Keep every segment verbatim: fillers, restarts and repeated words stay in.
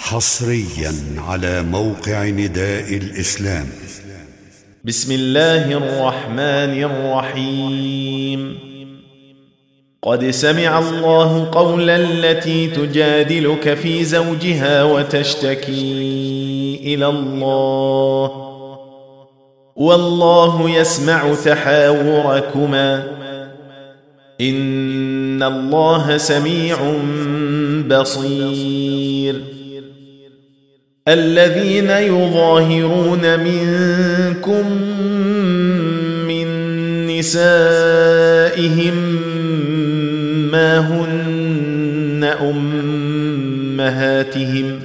حصريا على موقع نداء الإسلام. بسم الله الرحمن الرحيم. قد سمع الله قول التي تجادلك في زوجها وتشتكي إلى الله والله يسمع تحاوركما إن الله سميع بصير. الذين يظاهرون منكم من نسائهم ما هن أمهاتهم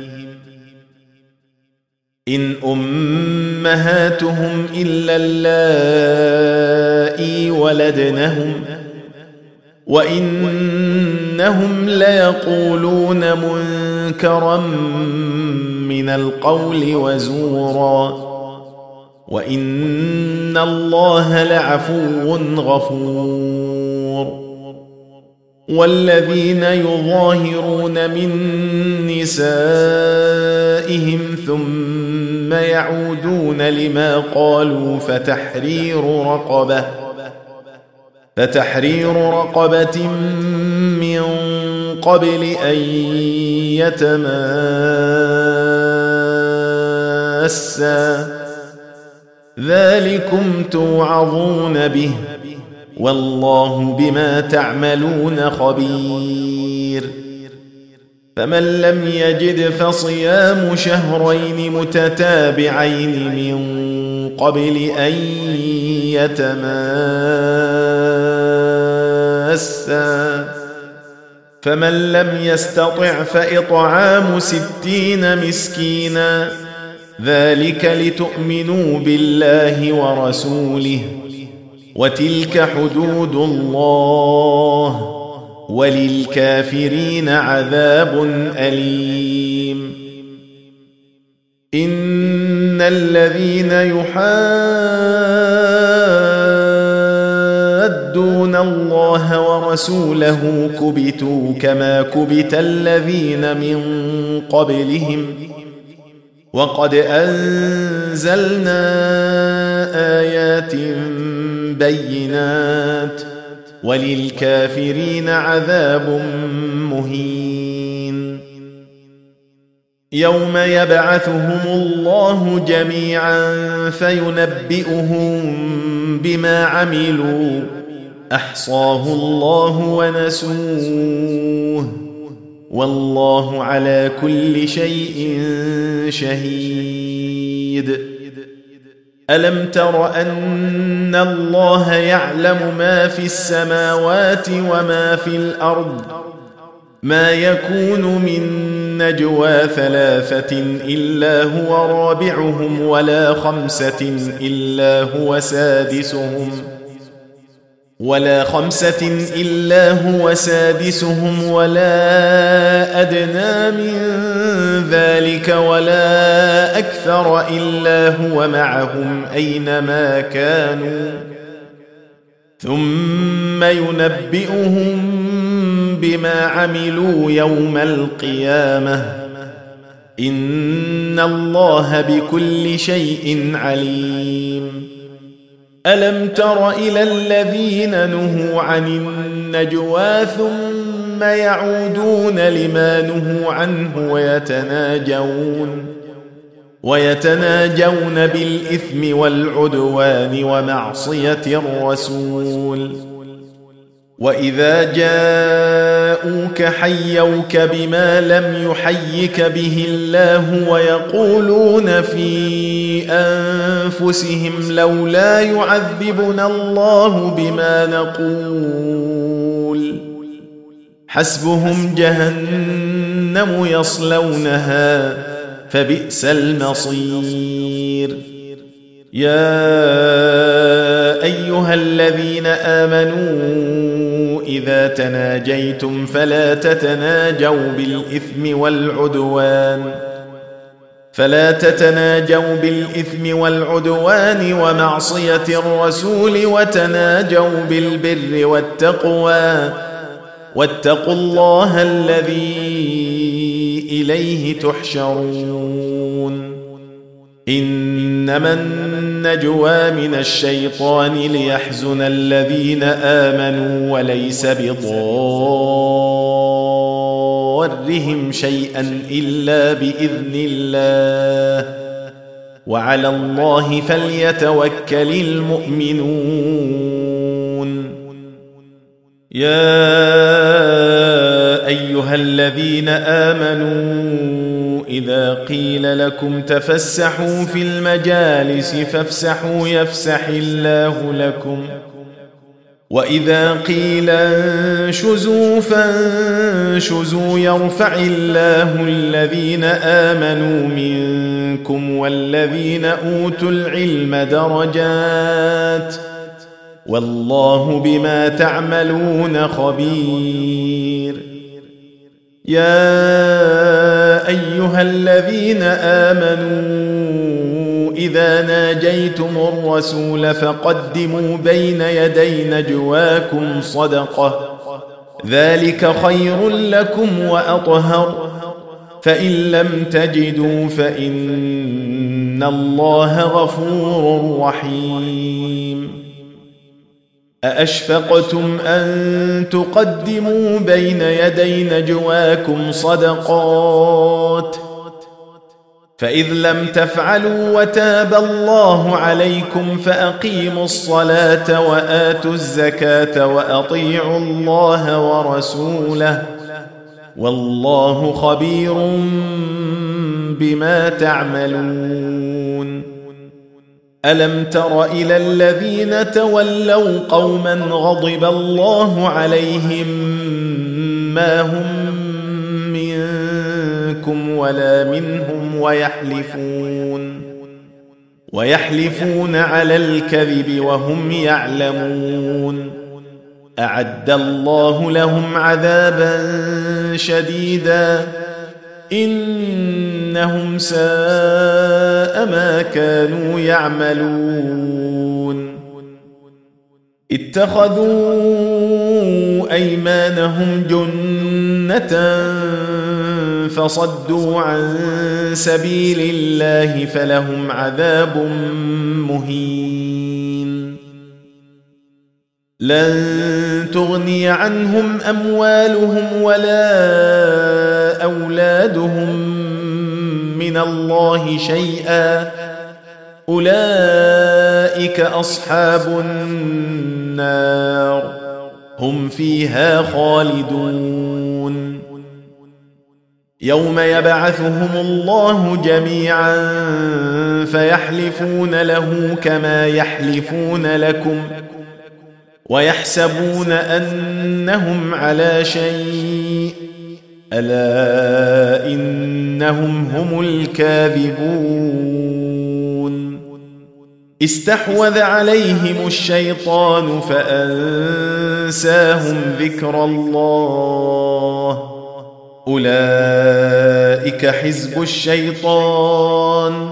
إن أمهاتهم إلا اللائي ولدنهم وإنهم ليقولون منكرا من القول وزورا وإن الله لعفو غفور. والذين يظاهرون من نسائهم ثم يعودون لما قالوا فتحرير رقبة فتحرير رقبة من قبل أن يتماسا ذلكم توعظون به والله بما تعملون خبير. فمن لم يجد فصيام شهرين متتابعين من قبل أن يتماسا فمن لم يستطع فإطعام ستين مسكينا ذلك لتؤمنوا بالله ورسوله وتلك حدود الله وللكافرين عذاب أليم. إن الذين يحادون الله ورسوله كبتوا كما كبت الذين من قبلهم وقد أنزلنا آيات بينات وللكافرين عذاب مهين. يوم يبعثهم الله جميعا فينبئهم بما عملوا أحصاه الله ونسوه والله على كل شيء شهيد. ألم تر أن الله يعلم ما في السماوات وما في الأرض ما يكون من نجوى ثلاثة إلا هو رابعهم ولا خمسة إلا هو سادسهم ولا خمسة إلا هو سادسهم ولا أدنى من ذلك ولا أكثر إلا هو معهم أينما كانوا ثم ينبئهم بما عملوا يوم القيامة إن الله بكل شيء عليم. ألم تر إلى الذين نهوا عن النجوى ثم يعودون لما نهوا عنه ويتناجون ويتناجون بالإثم والعدوان ومعصية الرسول وإذا جاءوك حيوك بما لم يحيك به الله ويقولون في أنفسهم لولا يعذبنا الله بما نقول حسبهم جهنم يصلونها فبئس المصير. يا أيها الذين آمنوا إذا تناجيتم فلا تتناجوا بالإثم والعدوان فلا تتناجوا بالإثم والعدوان ومعصية الرسول وتناجوا بالبر والتقوى واتقوا الله الذي إليه تحشرون إنما النجوى من الشيطان ليحزن الذين آمنوا وليس بضارهم شيئا إلا بإذن الله وعلى الله فليتوكل المؤمنون يا أيها الذين آمنوا إذا قيل لكم تفسحوا في المجالس فافسحوا يفسح الله لكم وإذا قيل انشزوا فانشزوا يرفع الله الذين آمنوا منكم والذين أوتوا العلم درجات والله بما تعملون خبير يا أيها الذين آمنوا إذا ناجيتم الرسول فقدموا بين يدي نجواكم صدقة ذلك خير لكم وأطهر فإن لم تجدوا فإن الله غفور رحيم أأشفقتم أن تقدموا بين يدي نجواكم صدقات فإذ لم تفعلوا وتاب الله عليكم فأقيموا الصلاة وآتوا الزكاة وأطيعوا الله ورسوله والله خبير بما تعملون ألم تر إلى الذين تولوا قوما غضب الله عليهم ما هم منكم ولا منهم ويحلفون ويحلفون على الكذب وهم يعلمون أعد الله لهم عذابا شديدا إنهم ساء ما كانوا يعملون اتخذوا أيمانهم جنة فصدوا عن سبيل الله فلهم عذاب مهين لن تغني عنهم أموالهم ولا أولادهم من الله شيئا أولئك أصحاب النار هم فيها خالدون يوم يبعثهم الله جميعا فيحلفون له كما يحلفون لكم ويحسبون أنهم على شيء ألا إنهم هم الكاذبون استحوذ عليهم الشيطان فأنساهم ذكر الله أولئك حزب الشيطان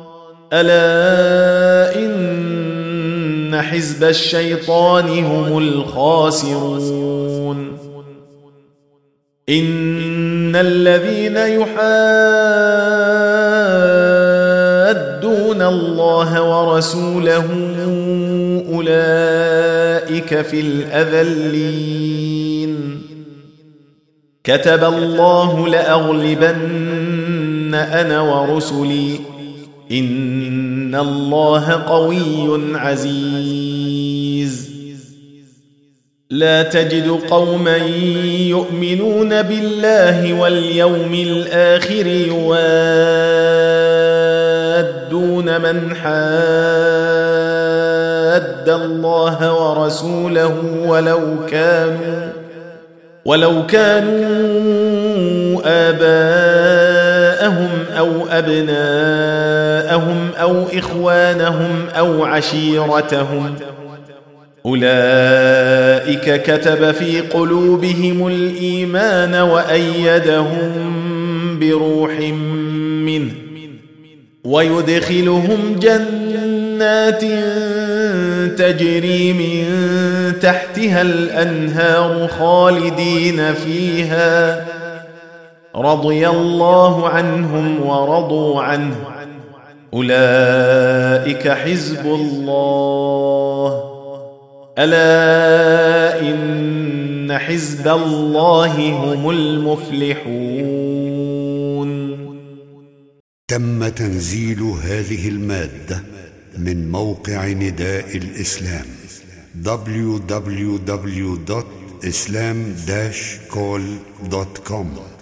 ألا إن حزب الشيطان هم الخاسرون إن الذين يحادون الله ورسوله أولئك في الأذلين كتب الله لأغلبن أنا ورسلي إن الله قوي عزيز لا تجد قوما يؤمنون بالله واليوم الآخر يوادون من حاد الله ورسوله ولو كانوا ولو كانوا آباءهم أو أبناءهم أو إخوانهم أو عشيرتهم أولئك كتب في قلوبهم الإيمان وأيدهم بروح منه ويدخلهم جنات تجري من تحتها الأنهار خالدين فيها رضي الله عنهم ورضوا عنه أولئك حزب الله ألا إن حزب الله هم المفلحون. تم تنزيل هذه المادة من موقع نداء الإسلام دبليو دبليو دبليو دوت islam dash call دوت كوم.